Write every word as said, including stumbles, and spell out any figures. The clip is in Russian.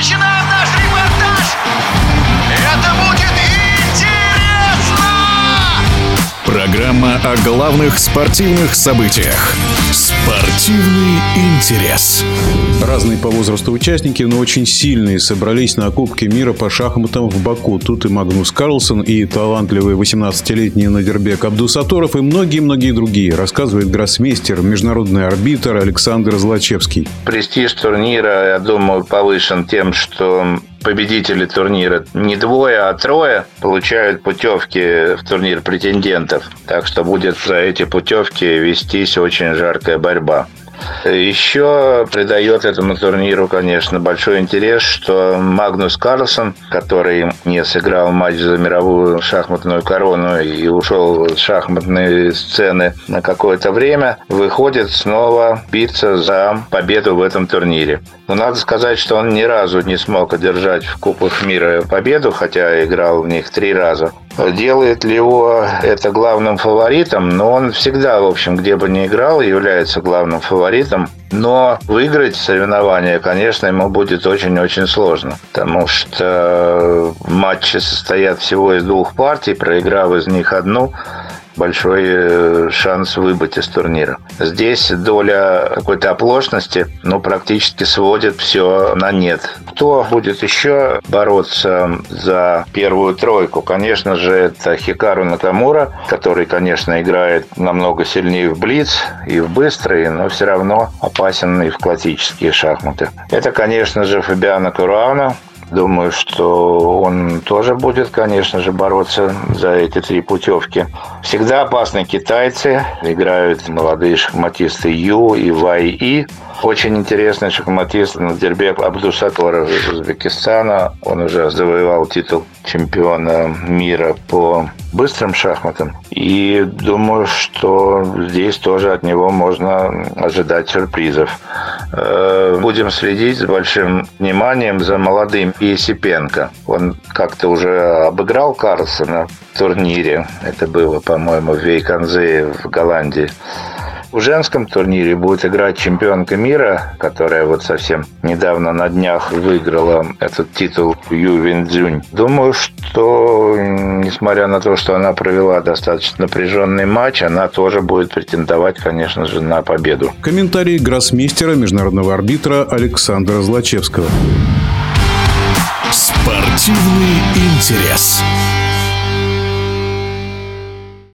начинаем наш репортаж. Это будет интересно! Программа о главных спортивных событиях. Спортивный интерес. Разные по возрасту участники, но очень сильные, собрались на Кубке мира по шахматам в Баку. Тут и Магнус Карлсен, и талантливый восемнадцатилетний Надирбек Абдусатторов, и многие-многие другие, рассказывает гроссмейстер, международный арбитр Александр Злачевский. Престиж турнира, я думаю, повышен тем, что победители турнира не двое, а трое получают путевки в турнир претендентов. Так что будет за эти путевки вестись очень жаркая борьба. Еще придает этому турниру, конечно, большой интерес, что Магнус Карлсен, который не сыграл матч за мировую шахматную корону и ушел с шахматной сцены на какое-то время, выходит снова биться за победу в этом турнире. Но надо сказать, что он ни разу не смог одержать в Кубках мира победу, хотя играл в них три раза. Делает ли его это главным фаворитом? Но он всегда, в общем, где бы ни играл, является главным фаворитом. Но выиграть соревнования, конечно, ему будет очень-очень сложно. Потому что матчи состоят всего из двух партий. Проиграв из них одну, большой шанс выбыть из турнира. Здесь доля какой-то оплошности, ну, практически сводит все на нет. Кто будет еще бороться за первую тройку? Конечно же, это Хикару Накамура, который, конечно, играет намного сильнее в блиц и в быстрые, но все равно опасен и в классические шахматы. Это, конечно же, Фабиано Каруано. Думаю, что он тоже будет, конечно же, бороться за эти три путевки. Всегда опасны китайцы. Играют молодые шахматисты Ю и Вай И. Очень интересный шахматист Надирбек Абдусатторов из Узбекистана. Он уже завоевал титул чемпиона мира по быстрым шахматам. И думаю, что здесь тоже от него можно ожидать сюрпризов. Будем следить с большим вниманием за молодым Есипенко. Он как-то уже обыграл Карлсена в турнире. Это было, по-моему, в Вейконзе в Голландии. В женском турнире будет играть чемпионка мира, которая вот совсем недавно на днях выиграла этот титул, Ю Винцзюнь. Думаю, что, несмотря на то, что она провела достаточно напряженный матч, она тоже будет претендовать, конечно же, на победу. Комментарий гроссмейстера, международного арбитра Александра Злачевского. Спортивный интерес.